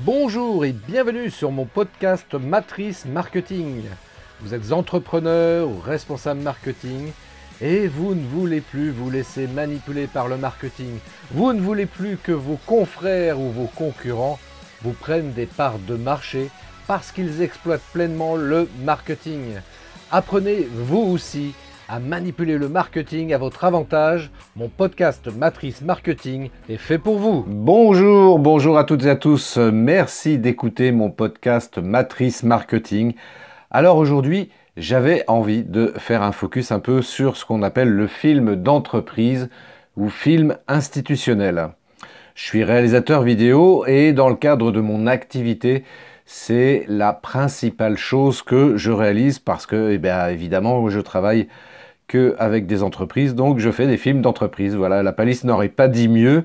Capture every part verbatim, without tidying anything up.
Bonjour et bienvenue sur mon podcast Matrice Marketing. Vous êtes entrepreneur ou responsable marketing et vous ne voulez plus vous laisser manipuler par le marketing. Vous ne voulez plus que vos confrères ou vos concurrents vous prennent des parts de marché parce qu'ils exploitent pleinement le marketing. Apprenez vous aussi à manipuler le marketing à votre avantage. Mon podcast Matrice Marketing est fait pour vous. Bonjour, bonjour à toutes et à tous. Merci d'écouter mon podcast Matrice Marketing. Alors aujourd'hui, j'avais envie de faire un focus un peu sur ce qu'on appelle le film d'entreprise ou film institutionnel. Je suis réalisateur vidéo et dans le cadre de mon activité, c'est la principale chose que je réalise parce que, eh bien, évidemment, je travaille qu'avec des entreprises, donc je fais des films d'entreprise. Voilà, la palisse n'aurait pas dit mieux.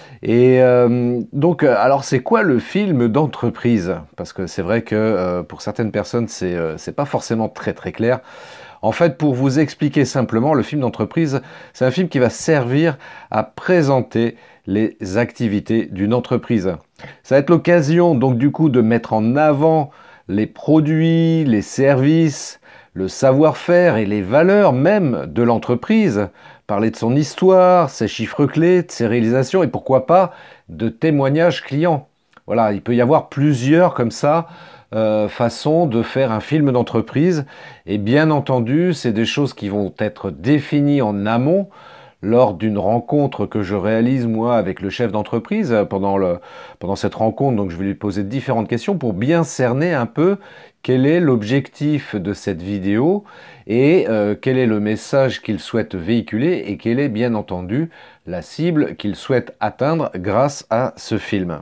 Et euh, donc, alors c'est quoi le film d'entreprise? Parce que c'est vrai que euh, pour certaines personnes, c'est euh, c'est pas forcément très très clair. En fait, pour vous expliquer simplement, le film d'entreprise, c'est un film qui va servir à présenter les activités d'une entreprise. Ça va être l'occasion donc du coup de mettre en avant les produits, les services, le savoir-faire et les valeurs même de l'entreprise, parler de son histoire, ses chiffres clés, de ses réalisations et pourquoi pas de témoignages clients. Voilà, il peut y avoir plusieurs comme ça euh, façons de faire un film d'entreprise et bien entendu, c'est des choses qui vont être définies en amont lors d'une rencontre que je réalise moi avec le chef d'entreprise pendant, le, pendant cette rencontre. Donc je vais lui poser différentes questions pour bien cerner un peu quel est l'objectif de cette vidéo et euh, quel est le message qu'il souhaite véhiculer et quelle est bien entendu la cible qu'il souhaite atteindre grâce à ce film.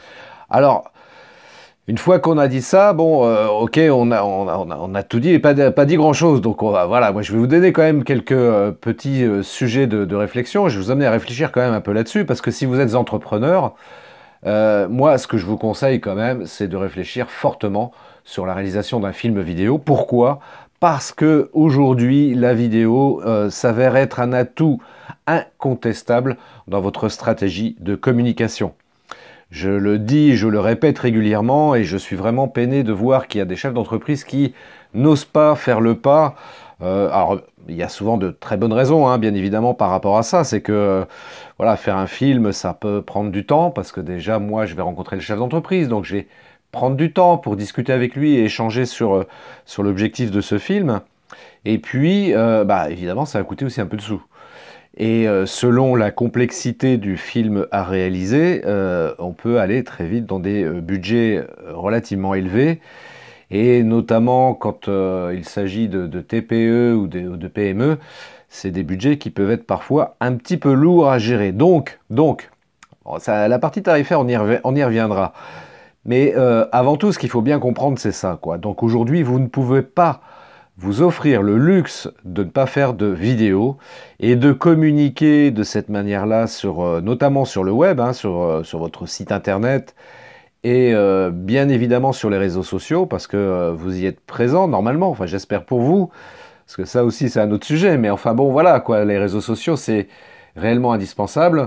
Alors, une fois qu'on a dit ça, bon, euh, ok, on a, on, a, on, a, on a tout dit et pas, pas dit grand-chose. Donc on va, voilà, moi je vais vous donner quand même quelques euh, petits euh, sujets de, de réflexion. Je vais vous amener à réfléchir quand même un peu là-dessus parce que si vous êtes entrepreneur, euh, moi ce que je vous conseille quand même, c'est de réfléchir fortement sur la réalisation d'un film vidéo. Pourquoi ? Parce que aujourd'hui, la vidéo euh, s'avère être un atout incontestable dans votre stratégie de communication. Je le dis, je le répète régulièrement et je suis vraiment peiné de voir qu'il y a des chefs d'entreprise qui n'osent pas faire le pas. Euh, alors, il y a souvent de très bonnes raisons, hein, bien évidemment, par rapport à ça. C'est que, euh, voilà, faire un film, ça peut prendre du temps parce que déjà, moi, je vais rencontrer le chef d'entreprise, donc je vais prendre du temps pour discuter avec lui et échanger sur, euh, sur l'objectif de ce film. Et puis, euh, bah, évidemment, ça va coûter aussi un peu de sous. Et euh, selon la complexité du film à réaliser, euh, on peut aller très vite dans des euh, budgets relativement élevés. Et notamment quand euh, il s'agit de, de T P E ou de, de P M E, c'est des budgets qui peuvent être parfois un petit peu lourds à gérer. Donc, donc ça, la partie tarifaire, on y, rev- on y reviendra. Mais euh, avant tout, ce qu'il faut bien comprendre, c'est ça, quoi. Donc aujourd'hui, vous ne pouvez pas vous offrir le luxe de ne pas faire de vidéo et de communiquer de cette manière-là, sur, euh, notamment sur le web, hein, sur, euh, sur votre site internet et euh, bien évidemment sur les réseaux sociaux parce que euh, vous y êtes présent normalement, enfin j'espère pour vous, parce que ça aussi c'est un autre sujet, mais enfin bon voilà quoi, les réseaux sociaux c'est réellement indispensable.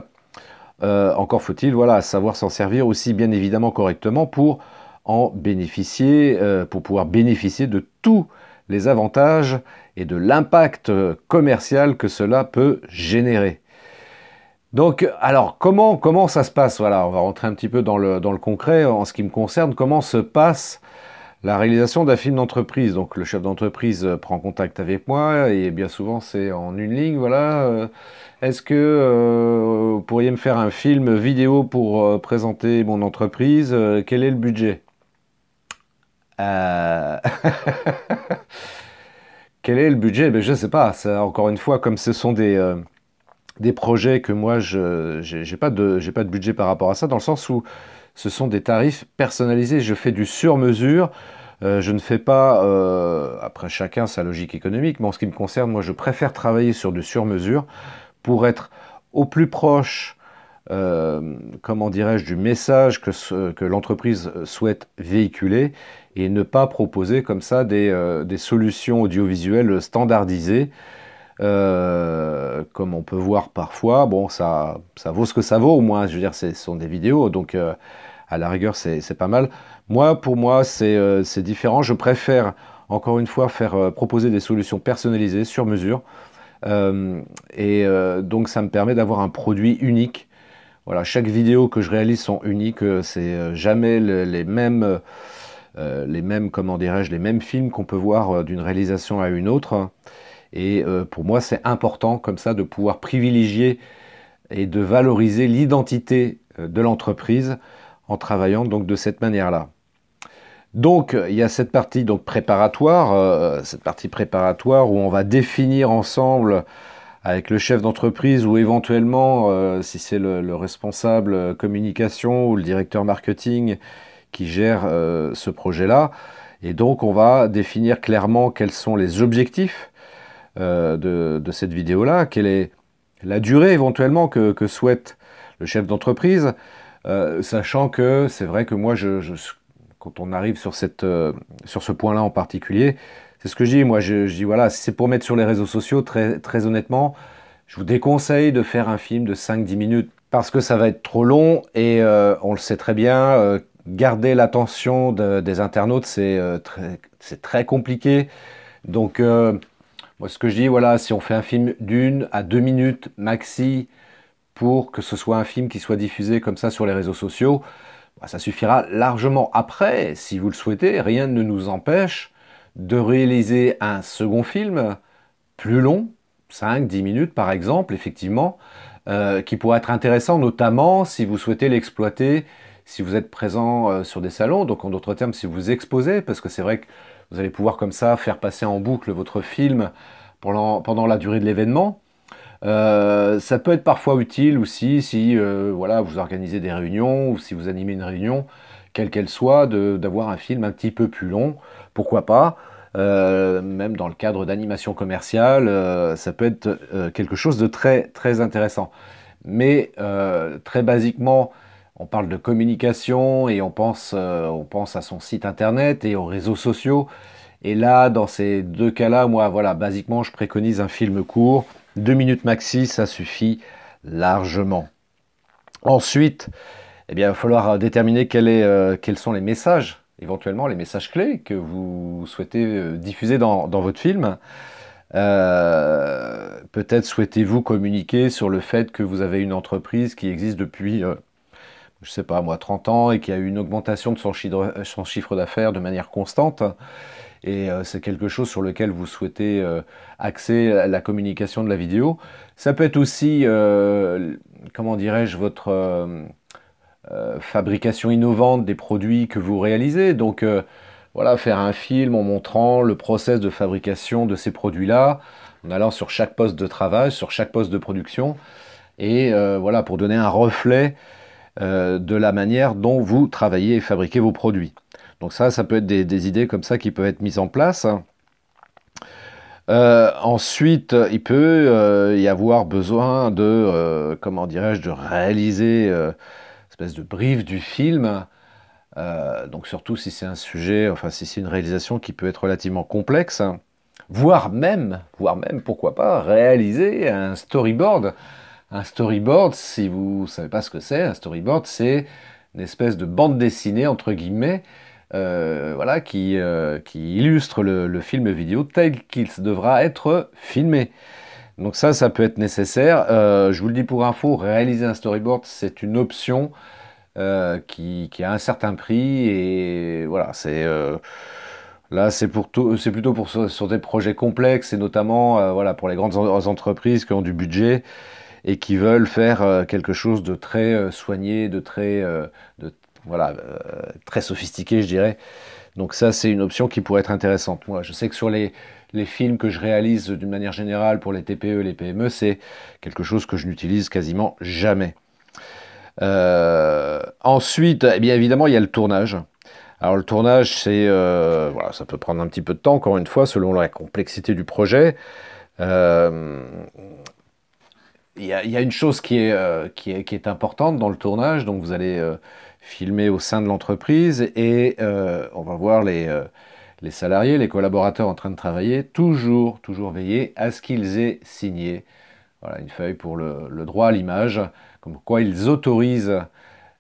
Euh, encore faut-il voilà, savoir s'en servir aussi bien évidemment correctement pour en bénéficier, euh, pour pouvoir bénéficier de tous les avantages et de l'impact commercial que cela peut générer. Donc, alors, comment, comment ça se passe? Voilà, on va rentrer un petit peu dans le, dans le concret en ce qui me concerne. Comment se passe la réalisation d'un film d'entreprise? Donc, le chef d'entreprise prend contact avec moi et bien souvent, c'est en une ligne. Voilà, euh, est-ce que euh, vous pourriez me faire un film vidéo pour euh, présenter mon entreprise? Euh, quel est le budget? Euh... Quel est le budget? Ben, je ne sais pas. Ça, encore une fois, comme ce sont des, euh, des projets que moi, je n'ai pas de, j'ai pas de budget par rapport à ça, dans le sens où ce sont des tarifs personnalisés. Je fais du sur-mesure. Euh, je ne fais pas, euh, après chacun sa logique économique, mais en ce qui me concerne, moi, je préfère travailler sur du sur-mesure pour être au plus proche, euh, comment dirais-je, du message que, ce- que l'entreprise souhaite véhiculer et ne pas proposer comme ça des, euh, des solutions audiovisuelles standardisées, euh, comme on peut voir parfois. Bon, ça, ça vaut ce que ça vaut, au moins, je veux dire, ce sont des vidéos, donc euh, à la rigueur, c'est c'est pas mal. Moi, pour moi, c'est euh, c'est différent. Je préfère, encore une fois, faire euh, proposer des solutions personnalisées, sur mesure. Euh, et euh, donc, ça me permet d'avoir un produit unique. Voilà, chaque vidéo que je réalise sont uniques. euh, C'est euh, jamais le- les mêmes, euh, les mêmes, comment dirais-je, les mêmes films qu'on peut voir euh, d'une réalisation à une autre. Et euh, pour moi, c'est important comme ça de pouvoir privilégier et de valoriser l'identité euh, de l'entreprise en travaillant donc de cette manière-là. Donc il y a cette partie donc préparatoire, euh, cette partie préparatoire où on va définir ensemble avec le chef d'entreprise ou éventuellement euh, si c'est le, le responsable communication ou le directeur marketing qui gère euh, ce projet-là. Et donc on va définir clairement quels sont les objectifs euh, de, de cette vidéo-là, quelle est la durée éventuellement que, que souhaite le chef d'entreprise, euh, sachant que c'est vrai que moi, je, je- quand on arrive sur, cette, euh, sur ce point-là en particulier, c'est ce que je dis, moi je, je dis voilà, si c'est pour mettre sur les réseaux sociaux, très, très honnêtement, je vous déconseille de faire un film de cinq dix minutes parce que ça va être trop long et euh, on le sait très bien, euh, garder l'attention de- des internautes, c'est euh, très, c'est très compliqué. Donc, euh, moi, ce que je dis, voilà, si on fait un film d'une à deux minutes maxi pour que ce soit un film qui soit diffusé comme ça sur les réseaux sociaux, bah, ça suffira largement. Après, si vous le souhaitez, rien ne nous empêche de réaliser un second film plus long, cinq dix minutes par exemple, effectivement, euh, qui pourrait être intéressant, notamment si vous souhaitez l'exploiter, si vous êtes présent euh, sur des salons, donc en d'autres termes, si vous exposez, parce que c'est vrai que vous allez pouvoir comme ça faire passer en boucle votre film pendant, pendant la durée de l'événement. Euh, ça peut être parfois utile aussi si euh, voilà, vous organisez des réunions ou si vous animez une réunion, quelle qu'elle soit, de- d'avoir un film un petit peu plus long. Pourquoi pas? Euh, même dans le cadre d'animation commerciale, euh, ça peut être euh, quelque chose de très très intéressant. Mais euh, très basiquement, on parle de communication et on pense, euh, on pense à son site internet et aux réseaux sociaux. Et là, dans ces deux cas-là, moi, voilà, basiquement, je préconise un film court, deux minutes maxi, ça suffit largement. Ensuite, eh bien, il va falloir déterminer quel est, euh, quels sont les messages, éventuellement les messages clés que vous souhaitez euh, diffuser dans, dans votre film. Euh, peut-être souhaitez-vous communiquer sur le fait que vous avez une entreprise qui existe depuis, euh, je sais pas moi, trente ans et qui a eu une augmentation de son chiffre, son chiffre d'affaires de manière constante. Et euh, c'est quelque chose sur lequel vous souhaitez euh, axer la, la communication de la vidéo. Ça peut être aussi, euh, comment dirais-je, votre euh, euh, fabrication innovante des produits que vous réalisez. Donc euh, voilà, faire un film en montrant le process de fabrication de ces produits-là, en allant sur chaque poste de travail, sur chaque poste de production, et euh, voilà, pour donner un reflet euh, de la manière dont vous travaillez et fabriquez vos produits. Donc ça, ça peut être des, des idées comme ça qui peuvent être mises en place. Euh, ensuite, il peut euh, y avoir besoin de, euh, comment dirais-je, de réaliser euh, une espèce de brief du film. Euh, donc surtout si c'est un sujet, enfin si c'est une réalisation qui peut être relativement complexe, voire même, voire même, pourquoi pas, réaliser un storyboard. Un storyboard, si vous ne savez pas ce que c'est, un storyboard, c'est une espèce de bande dessinée, entre guillemets, euh, voilà, qui, euh, qui illustre le, le film vidéo tel qu'il devra être filmé. Donc ça, ça peut être nécessaire. Euh, je vous le dis pour info, réaliser un storyboard, c'est une option euh, qui, qui a un certain prix et voilà, c'est euh, là c'est pour tout, c'est plutôt pour sur, sur des projets complexes et notamment euh, voilà pour les grandes en- entreprises qui ont du budget et qui veulent faire euh, quelque chose de très euh, soigné, de très, euh, de, voilà, euh, très sophistiqué, je dirais. Donc ça, c'est une option qui pourrait être intéressante. Moi, je sais que sur les, les films que je réalise d'une manière générale pour les T P E, les P M E, c'est quelque chose que je n'utilise quasiment jamais. Euh, ensuite, eh bien évidemment, il y a le tournage. Alors le tournage, c'est euh, voilà, ça peut prendre un petit peu de temps, encore une fois, selon la complexité du projet. Euh, Il y a, il y a une chose qui est, euh, qui est, qui est importante dans le tournage, donc vous allez euh, filmer au sein de l'entreprise et euh, on va voir les, euh, les salariés, les collaborateurs en train de travailler, toujours, toujours veiller à ce qu'ils aient signé voilà, une feuille pour le, le droit à l'image, comme quoi ils autorisent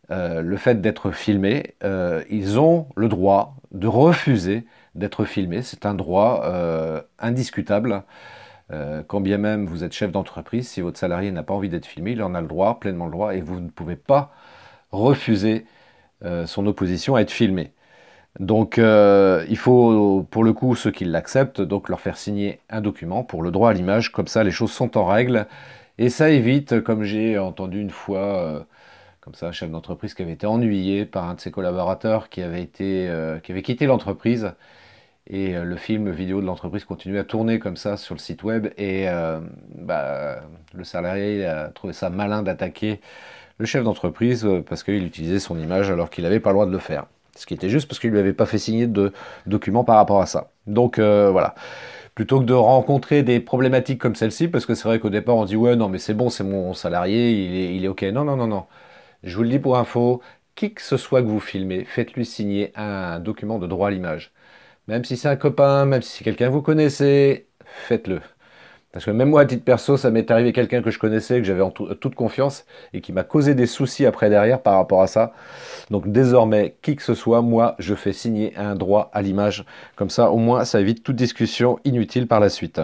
euh, le fait d'être filmé, euh, ils ont le droit de refuser d'être filmés. C'est un droit euh, indiscutable. Euh, quand bien même vous êtes chef d'entreprise, si votre salarié n'a pas envie d'être filmé, il en a le droit, pleinement le droit, et vous ne pouvez pas refuser euh, son opposition à être filmé. Donc euh, il faut, pour le coup, ceux qui l'acceptent, donc leur faire signer un document pour le droit à l'image, comme ça les choses sont en règle, et ça évite, comme j'ai entendu une fois, euh, comme ça, un chef d'entreprise qui avait été ennuyé par un de ses collaborateurs qui avait, été, euh, qui avait quitté l'entreprise, et euh, le film vidéo de l'entreprise continuait à tourner comme ça sur le site web, et euh, bah, le salarié a trouvé ça malin d'attaquer le chef d'entreprise euh, parce qu'il utilisait son image alors qu'il n'avait pas le droit de le faire. Ce qui était juste parce qu'il ne lui avait pas fait signer de documents par rapport à ça. Donc euh, voilà. Plutôt que de rencontrer des problématiques comme celle-ci, parce que c'est vrai qu'au départ on dit ouais non mais c'est bon, c'est mon salarié, il est, il est ok. Non, non, non, non. Je vous le dis pour info, qui que ce soit que vous filmez, faites-lui signer un document de droit à l'image. Même si c'est un copain, même si c'est quelqu'un que vous connaissez, faites-le. Parce que même moi, à titre perso, ça m'est arrivé quelqu'un que je connaissais, que j'avais en tout- toute confiance, et qui m'a causé des soucis après derrière par rapport à ça. Donc désormais, qui que ce soit, moi, je fais signer un droit à l'image. Comme ça, au moins, ça évite toute discussion inutile par la suite.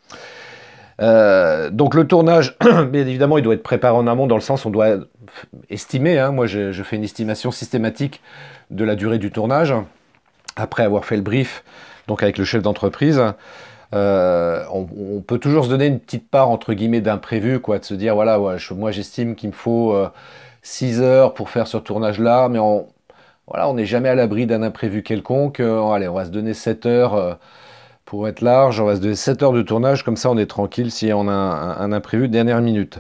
Euh, donc le tournage, bien évidemment, il doit être préparé en amont, dans le sens où on doit estimer, hein, moi je, je fais une estimation systématique de la durée du tournage, après avoir fait le brief, donc avec le chef d'entreprise. Euh, on, on peut toujours se donner une petite part entre guillemets d'imprévu, quoi, de se dire voilà, ouais, je- moi j'estime qu'il me faut euh, six heures pour faire ce tournage-là, mais on, voilà, on n'est jamais à l'abri d'un imprévu quelconque. Euh, allez, on va se donner sept heures euh, pour être large, on va se donner sept heures de tournage, comme ça on est tranquille si on a un, un imprévu de dernière minute.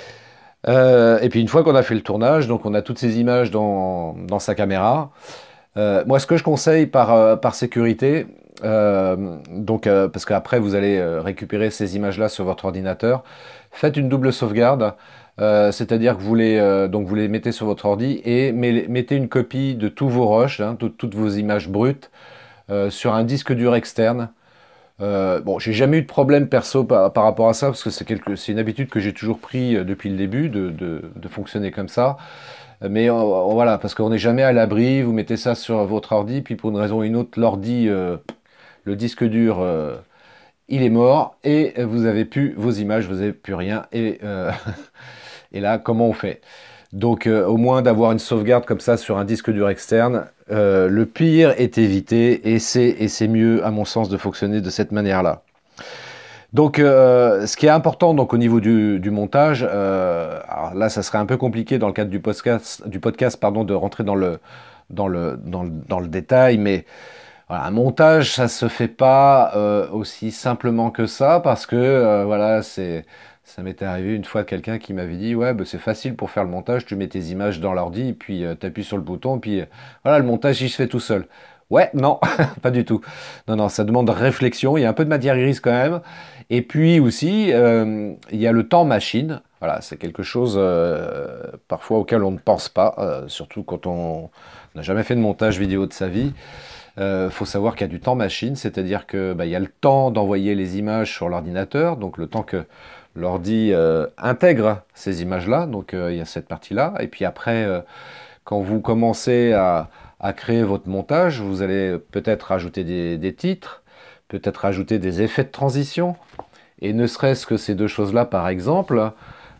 Euh, et puis une fois qu'on a fait le tournage, donc on a toutes ces images dans, dans sa caméra. Euh, moi, ce que je conseille par, euh, par sécurité, euh, donc, euh, parce qu'après vous allez euh, récupérer ces images-là sur votre ordinateur, faites une double sauvegarde, euh, c'est-à-dire que vous les, euh, donc vous les mettez sur votre ordi et met- mettez une copie de tous vos rushs, hein, tout- toutes vos images brutes, euh, sur un disque dur externe. Euh, bon, j'ai jamais eu de problème perso par, par rapport à ça, parce que c'est quelque, c'est une habitude que j'ai toujours pris euh, depuis le début de, de- de fonctionner comme ça. Mais euh, voilà, parce qu'on n'est jamais à l'abri, vous mettez ça sur votre ordi, puis pour une raison ou une autre, l'ordi, euh, le disque dur, euh, il est mort, et vous avez plus vos images, vous n'avez plus rien, et, euh, et là, comment on fait? Donc euh, au moins d'avoir une sauvegarde comme ça sur un disque dur externe, euh, le pire est évité, et c'est et c'est mieux, à mon sens, de fonctionner de cette manière-là. Donc, euh, ce qui est important donc, au niveau du, du montage, euh, alors là, ça serait un peu compliqué dans le cadre du podcast, du podcast pardon, de rentrer dans le, dans le, dans le, dans le détail, mais voilà, un montage, ça se fait pas euh, aussi simplement que ça, parce que euh, voilà, c'est, ça m'était arrivé une fois quelqu'un qui m'avait dit, ouais, bah, c'est facile pour faire le montage, tu mets tes images dans l'ordi, puis tu appuies sur le bouton, puis euh, voilà, le montage, il se fait tout seul. Ouais, non, pas du tout. Non, non, ça demande réflexion, il y a un peu de matière grise quand même. Et puis aussi, euh, il y a le temps machine. Voilà, c'est quelque chose euh, parfois auquel on ne pense pas, euh, surtout quand on n'a jamais fait de montage vidéo de sa vie. Il euh, faut savoir qu'il y a du temps machine, c'est-à-dire que bah, il y a le temps d'envoyer les images sur l'ordinateur, donc le temps que l'ordi euh, intègre ces images-là, donc euh, il y a cette partie-là. Et puis après, euh, quand vous commencez à, à créer votre montage, vous allez peut-être ajouter des, des titres, peut-être ajouter des effets de transition. Et ne serait-ce que ces deux choses-là, par exemple,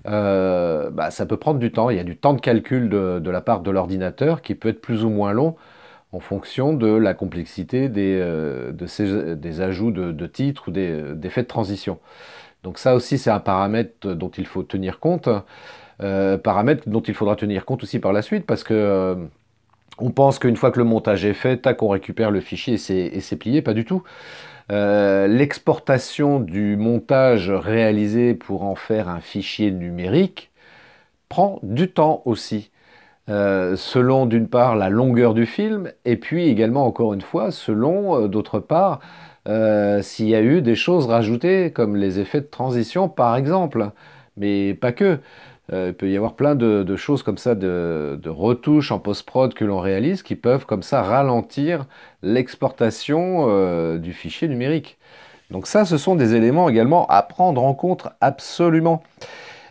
euh, bah, ça peut prendre du temps. Il y a du temps de calcul de, de la part de l'ordinateur qui peut être plus ou moins long en fonction de la complexité des, euh, de ces, des ajouts de, de titres ou des, d'effets de transition. Donc ça aussi, c'est un paramètre dont il faut tenir compte, euh, paramètre dont il faudra tenir compte aussi par la suite, parce que euh, on pense qu'une fois que le montage est fait, tac, on récupère le fichier et c'est, et c'est plié, pas du tout. Euh, l'exportation du montage réalisé pour en faire un fichier numérique prend du temps aussi. Euh, selon d'une part la longueur du film, et puis également encore une fois selon euh, d'autre part euh, s'il y a eu des choses rajoutées comme les effets de transition par exemple, mais pas que. Euh, il peut y avoir plein de, de choses comme ça, de, de retouches en post-prod que l'on réalise qui peuvent comme ça ralentir l'exportation euh, du fichier numérique. Donc ça, ce sont des éléments également à prendre en compte absolument.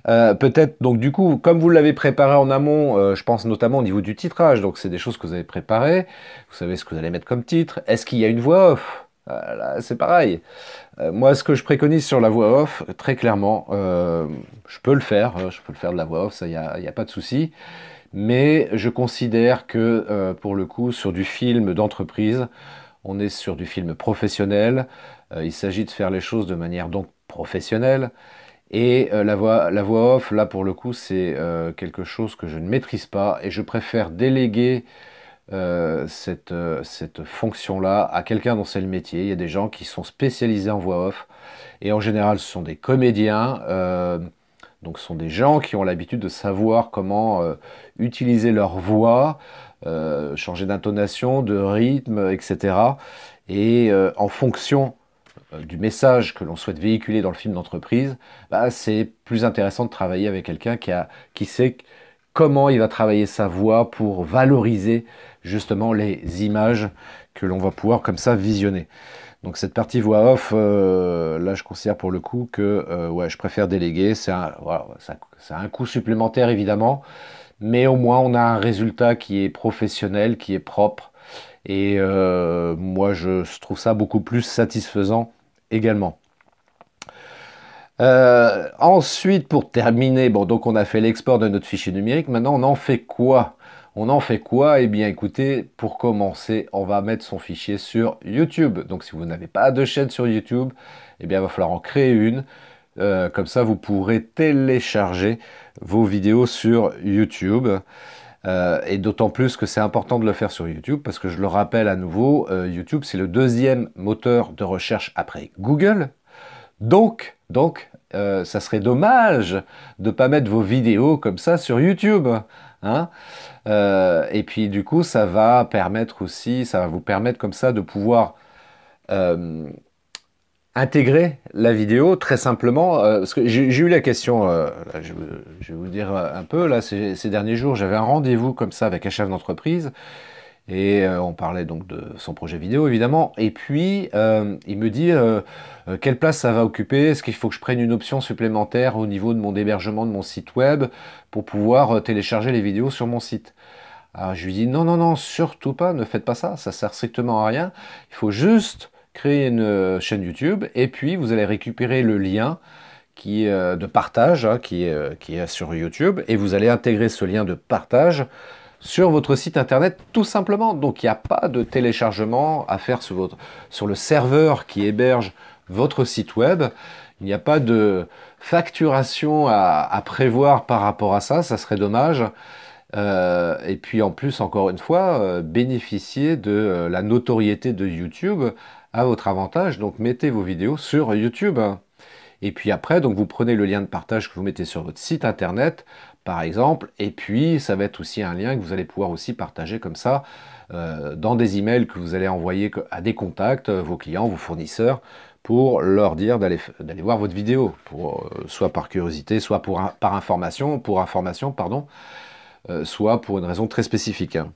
Euh, peut-être, donc du coup, comme vous l'avez préparé en amont, euh, je pense notamment au niveau du titrage, donc c'est des choses que vous avez préparées, vous savez ce que vous allez mettre comme titre. Est-ce qu'il y a une voix off? Euh, là, c'est pareil. Euh, moi, ce que je préconise sur la voix off, très clairement, euh, je peux le faire, euh, je peux le faire de la voix off, ça, il n'y a, y a pas de souci. Mais je considère que, euh, pour le coup, sur du film d'entreprise, on est sur du film professionnel. Euh, il s'agit de faire les choses de manière donc professionnelle. Et euh, la voix, la voix off, là pour le coup, c'est euh, quelque chose que je ne maîtrise pas et je préfère déléguer euh, cette, euh, cette fonction-là à quelqu'un dont c'est le métier. Il y a des gens qui sont spécialisés en voix off et en général, ce sont des comédiens. Euh, donc, ce sont des gens qui ont l'habitude de savoir comment euh, utiliser leur voix, euh, changer d'intonation, de rythme, et cetera. Et euh, en fonction euh, du message que l'on souhaite véhiculer dans le film d'entreprise, bah, c'est plus intéressant de travailler avec quelqu'un qui, a, qui sait comment il va travailler sa voix pour valoriser justement les images que l'on va pouvoir comme ça visionner. Donc cette partie voix off, euh, là je considère pour le coup que euh, ouais, je préfère déléguer. C'est un, voilà, ça, ça a un coût supplémentaire évidemment, mais au moins on a un résultat qui est professionnel, qui est propre. Et euh, moi je trouve ça beaucoup plus satisfaisant également. Euh, ensuite, pour terminer, bon, donc on a fait l'export de notre fichier numérique. Maintenant, on en fait quoi? On en fait quoi? Eh bien, écoutez, pour commencer, on va mettre son fichier sur YouTube. Donc, si vous n'avez pas de chaîne sur YouTube, eh bien, il va falloir en créer une. Euh, comme ça, vous pourrez télécharger vos vidéos sur YouTube. Euh, et d'autant plus que c'est important de le faire sur YouTube, parce que je le rappelle à nouveau, euh, YouTube, c'est le deuxième moteur de recherche après Google. Donc, donc euh, ça serait dommage de ne pas mettre vos vidéos comme ça sur YouTube. Hein. Euh, et puis du coup, ça va permettre aussi, ça va vous permettre comme ça de pouvoir euh, intégrer la vidéo très simplement. Euh, parce que j'ai eu la question, euh, là, je, je, vais vous dire un peu, là, ces, ces derniers jours, j'avais un rendez-vous comme ça avec un chef d'entreprise. Et euh, on parlait donc de son projet vidéo évidemment. Et puis euh, il me dit euh, euh, quelle place ça va occuper. Est-ce qu'il faut que je prenne une option supplémentaire au niveau de mon hébergement de mon site web pour pouvoir euh, télécharger les vidéos sur mon site? Alors je lui dis non, non, non, surtout pas, ne faites pas ça, ça sert strictement à rien. Il faut juste créer une euh, chaîne YouTube et puis vous allez récupérer le lien qui, euh, de partage hein, qui, euh, qui est sur YouTube et vous allez intégrer ce lien de partage sur votre site internet tout simplement. Donc il n'y a pas de téléchargement à faire sur, votre, sur le serveur qui héberge votre site web. Il n'y a pas de facturation à, à prévoir par rapport à ça, ça serait dommage. Euh, et puis en plus, encore une fois, euh, bénéficier de euh, la notoriété de YouTube à votre avantage. Donc mettez vos vidéos sur YouTube. Et puis après, donc vous prenez le lien de partage que vous mettez sur votre site internet, par exemple, et puis ça va être aussi un lien que vous allez pouvoir aussi partager comme ça euh, dans des emails que vous allez envoyer à des contacts, euh, vos clients, vos fournisseurs, pour leur dire d'aller d'aller voir votre vidéo, pour, euh, soit par curiosité, soit pour, par information, pour information, pardon, euh, soit pour une raison très spécifique. Hein.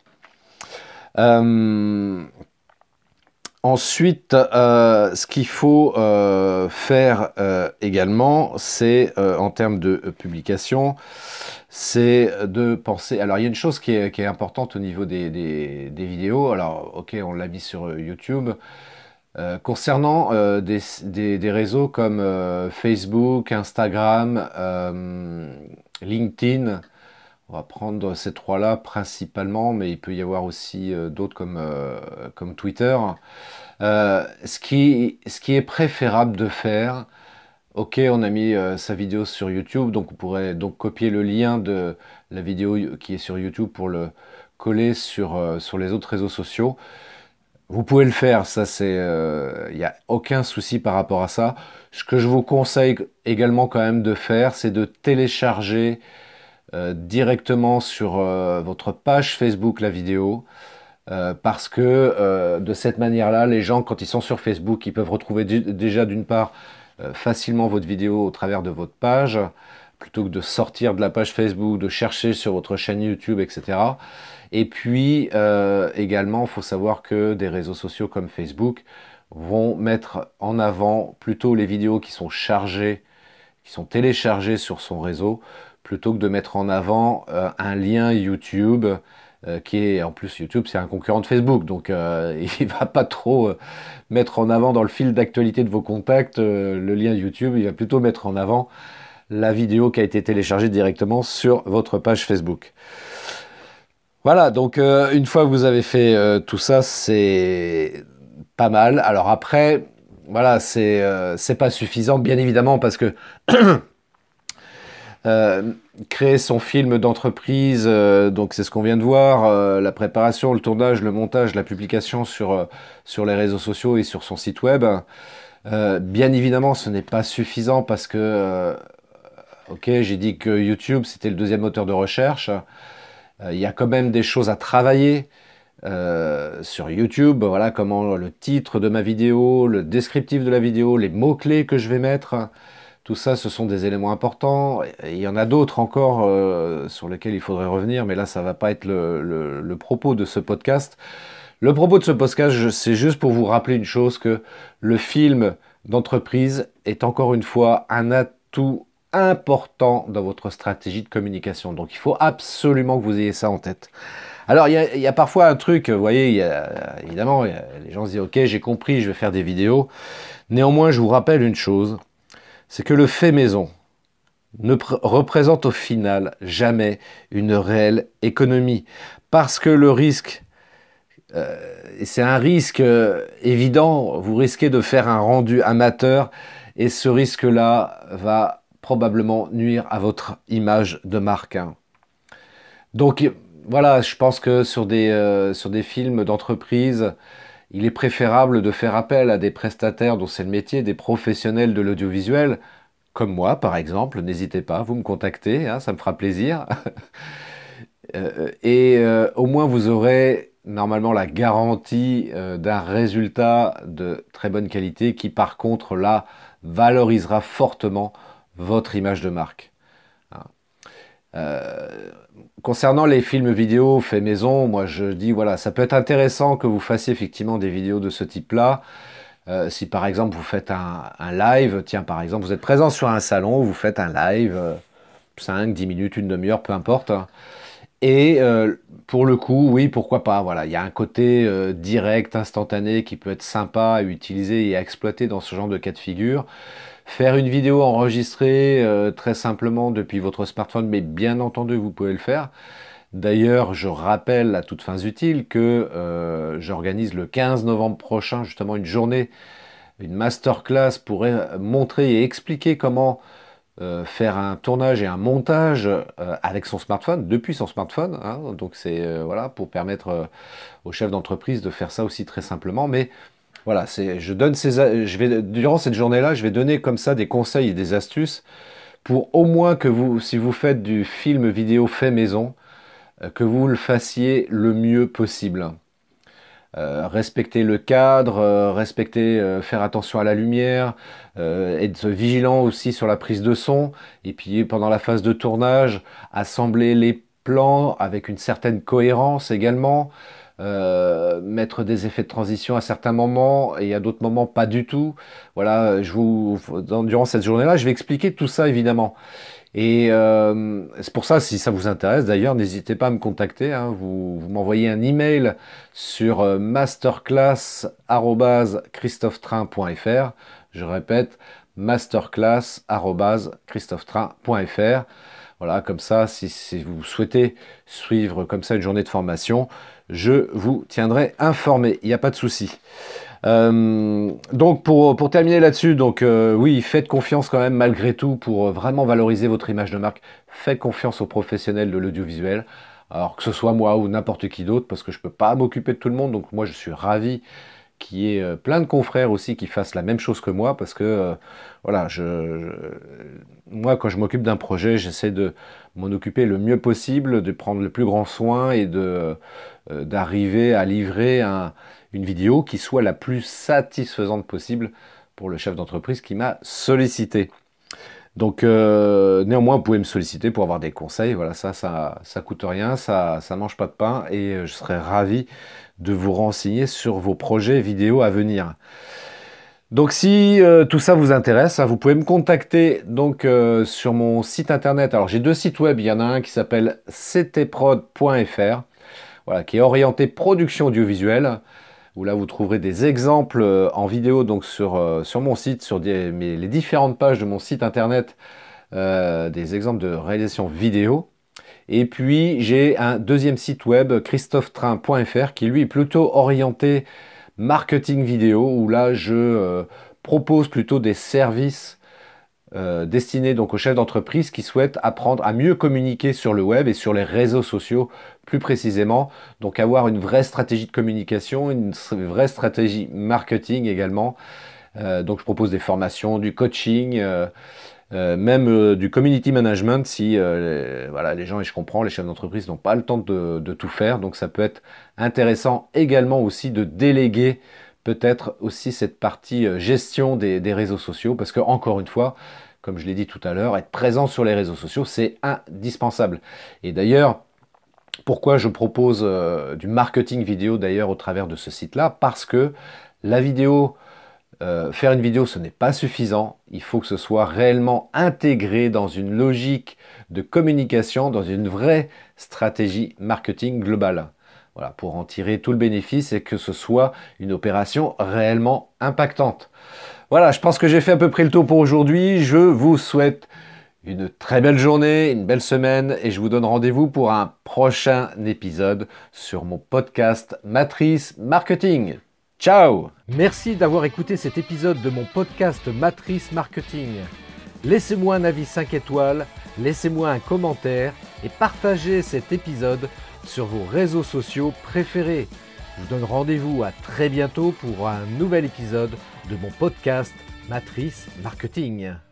Euh, Ensuite, euh, ce qu'il faut euh, faire euh, également, c'est euh, en termes de euh, publication, c'est de penser. Alors, il y a une chose qui est, qui est importante au niveau des, des, des vidéos. Alors, ok, on l'a mis sur YouTube. Euh, concernant euh, des, des, des réseaux comme euh, Facebook, Instagram, euh, LinkedIn, on va prendre ces trois-là principalement, mais il peut y avoir aussi euh, d'autres comme, euh, comme Twitter. Euh, ce qui, ce qui est préférable de faire, ok, on a mis euh, sa vidéo sur YouTube, donc on pourrait donc copier le lien de la vidéo qui est sur YouTube pour le coller sur, euh, sur les autres réseaux sociaux. Vous pouvez le faire, ça c'est, il euh, n'y a aucun souci par rapport à ça. Ce que je vous conseille également quand même de faire, c'est de télécharger euh, directement sur euh, votre page Facebook la vidéo. Euh, parce que euh, de cette manière-là, les gens, quand ils sont sur Facebook, ils peuvent retrouver déjà d'une part euh, facilement votre vidéo au travers de votre page, plutôt que de sortir de la page Facebook, de chercher sur votre chaîne YouTube, et cetera. Et puis euh, également, il faut savoir que des réseaux sociaux comme Facebook vont mettre en avant plutôt les vidéos qui sont chargées, qui sont téléchargés sur son réseau, plutôt que de mettre en avant euh, un lien YouTube, euh, qui est, en plus YouTube c'est un concurrent de Facebook, donc euh, il va pas trop euh, mettre en avant dans le fil d'actualité de vos contacts euh, le lien YouTube, il va plutôt mettre en avant la vidéo qui a été téléchargée directement sur votre page Facebook. Voilà, donc euh, une fois que vous avez fait euh, tout ça, c'est pas mal. Alors après, voilà, c'est euh, c'est pas suffisant, bien évidemment, parce que euh, créer son film d'entreprise, euh, donc c'est ce qu'on vient de voir, euh, la préparation, le tournage, le montage, la publication sur, euh, sur les réseaux sociaux et sur son site web, euh, bien évidemment, ce n'est pas suffisant parce que, euh, ok, j'ai dit que YouTube, c'était le deuxième moteur de recherche. Il y a quand même des choses à travailler euh, sur YouTube, voilà comment le titre de ma vidéo, le descriptif de la vidéo, les mots-clés que je vais mettre, tout ça ce sont des éléments importants. Et il y en a d'autres encore euh, sur lesquels il faudrait revenir, mais là ça va pas être le, le, le propos de ce podcast. Le propos de ce podcast, c'est juste pour vous rappeler une chose, que le film d'entreprise est encore une fois un atout important dans votre stratégie de communication. Donc il faut absolument que vous ayez ça en tête. Alors il y a, il y a parfois un truc, vous voyez, il y a, évidemment, il y a, les gens se disent « Ok, j'ai compris, je vais faire des vidéos ». Néanmoins, je vous rappelle une chose, c'est que le fait maison ne représente au final jamais une réelle économie. Parce que le risque, euh, et c'est un risque euh, évident, vous risquez de faire un rendu amateur et ce risque-là va probablement nuire à votre image de marque. Donc voilà, je pense que sur des, euh, sur des films d'entreprise, il est préférable de faire appel à des prestataires dont c'est le métier, des professionnels de l'audiovisuel, comme moi par exemple. N'hésitez pas, vous me contactez, hein, ça me fera plaisir. euh, et euh, au moins vous aurez normalement la garantie euh, d'un résultat de très bonne qualité qui par contre là valorisera fortement votre image de marque. Euh, concernant les films vidéo faits maison, moi je dis voilà, ça peut être intéressant que vous fassiez effectivement des vidéos de ce type-là. Euh, si par exemple vous faites un, un live, tiens par exemple vous êtes présent sur un salon, vous faites un live, euh, cinq, dix minutes, une demi-heure, peu importe. Et euh, pour le coup, oui, pourquoi pas, voilà, il y a un côté euh, direct, instantané qui peut être sympa à utiliser et à exploiter dans ce genre de cas de figure. Faire une vidéo enregistrée euh, très simplement depuis votre smartphone, mais bien entendu, vous pouvez le faire. D'ailleurs, je rappelle à toutes fins utiles que euh, j'organise le quinze novembre prochain justement une journée, une masterclass pour euh, montrer et expliquer comment euh, faire un tournage et un montage euh, avec son smartphone, depuis son smartphone. Hein. Donc c'est euh, voilà, pour permettre euh, aux chefs d'entreprise de faire ça aussi très simplement. Mais voilà, c'est, je donne ces, je vais, durant cette journée-là, je vais donner comme ça des conseils et des astuces pour au moins que vous, si vous faites du film vidéo fait maison, euh, que vous le fassiez le mieux possible. Euh, respecter le cadre, euh, respecter, euh, faire attention à la lumière, euh, être vigilant aussi sur la prise de son, et puis pendant la phase de tournage, assembler les plans avec une certaine cohérence également. Euh, mettre des effets de transition à certains moments et à d'autres moments pas du tout. Voilà, je vous, dans, durant cette journée-là, je vais expliquer tout ça évidemment. Et euh, c'est pour ça, si ça vous intéresse d'ailleurs, n'hésitez pas à me contacter. Hein, vous vous m'envoyez un email sur euh, masterclass arobase christophetrain point fr. Je répète, masterclass arobase christophetrain point fr. Voilà, comme ça, si, si vous souhaitez suivre comme ça une journée de formation, je vous tiendrai informé, il n'y a pas de souci. Euh, donc pour, pour terminer là-dessus, donc euh, oui, faites confiance quand même malgré tout pour vraiment valoriser votre image de marque. Faites confiance aux professionnels de l'audiovisuel, alors que ce soit moi ou n'importe qui d'autre, parce que je ne peux pas m'occuper de tout le monde, donc moi je suis ravi qu'il y ait euh, plein de confrères aussi qui fassent la même chose que moi, parce que euh, voilà, je, je, moi quand je m'occupe d'un projet, j'essaie de m'en occuper le mieux possible, de prendre le plus grand soin et de euh, d'arriver à livrer un, une vidéo qui soit la plus satisfaisante possible pour le chef d'entreprise qui m'a sollicité. Donc euh, néanmoins, vous pouvez me solliciter pour avoir des conseils. Voilà, ça, ça, ça coûte rien, ça, ça mange pas de pain, et je serais ravi de vous renseigner sur vos projets vidéo à venir. Donc si euh, tout ça vous intéresse, hein, vous pouvez me contacter donc euh, sur mon site internet. Alors j'ai deux sites web, il y en a un qui s'appelle c t prod point f r, voilà, qui est orienté production audiovisuelle, où là vous trouverez des exemples euh, en vidéo donc sur, euh, sur mon site, sur des, mes, les différentes pages de mon site internet, euh, des exemples de réalisation vidéo. Et puis j'ai un deuxième site web, christophe train point f r, qui lui est plutôt orienté marketing vidéo, où là je euh, propose plutôt des services euh, destinés donc aux chefs d'entreprise qui souhaitent apprendre à mieux communiquer sur le web et sur les réseaux sociaux plus précisément, donc avoir une vraie stratégie de communication, une vraie stratégie marketing également. Euh, donc je propose des formations, du coaching, euh, euh, même euh, du community management si euh, les, voilà, les gens, et je comprends, les chefs d'entreprise n'ont pas le temps de, de tout faire, donc ça peut être intéressant également aussi de déléguer peut-être aussi cette partie euh, gestion des, des réseaux sociaux, parce que encore une fois, comme je l'ai dit tout à l'heure, être présent sur les réseaux sociaux, c'est indispensable. Et d'ailleurs, pourquoi je propose euh, du marketing vidéo d'ailleurs au travers de ce site-là? Parce que la vidéo, Euh, faire une vidéo, ce n'est pas suffisant. Il faut que ce soit réellement intégré dans une logique de communication, dans une vraie stratégie marketing globale. Voilà, pour en tirer tout le bénéfice et que ce soit une opération réellement impactante. Voilà, je pense que j'ai fait à peu près le tour pour aujourd'hui. Je vous souhaite une très belle journée, une belle semaine et je vous donne rendez-vous pour un prochain épisode sur mon podcast Matrice Marketing. Ciao! Merci d'avoir écouté cet épisode de mon podcast Matrice Marketing. Laissez-moi un avis cinq étoiles, laissez-moi un commentaire et partagez cet épisode sur vos réseaux sociaux préférés. Je vous donne rendez-vous à très bientôt pour un nouvel épisode de mon podcast Matrice Marketing.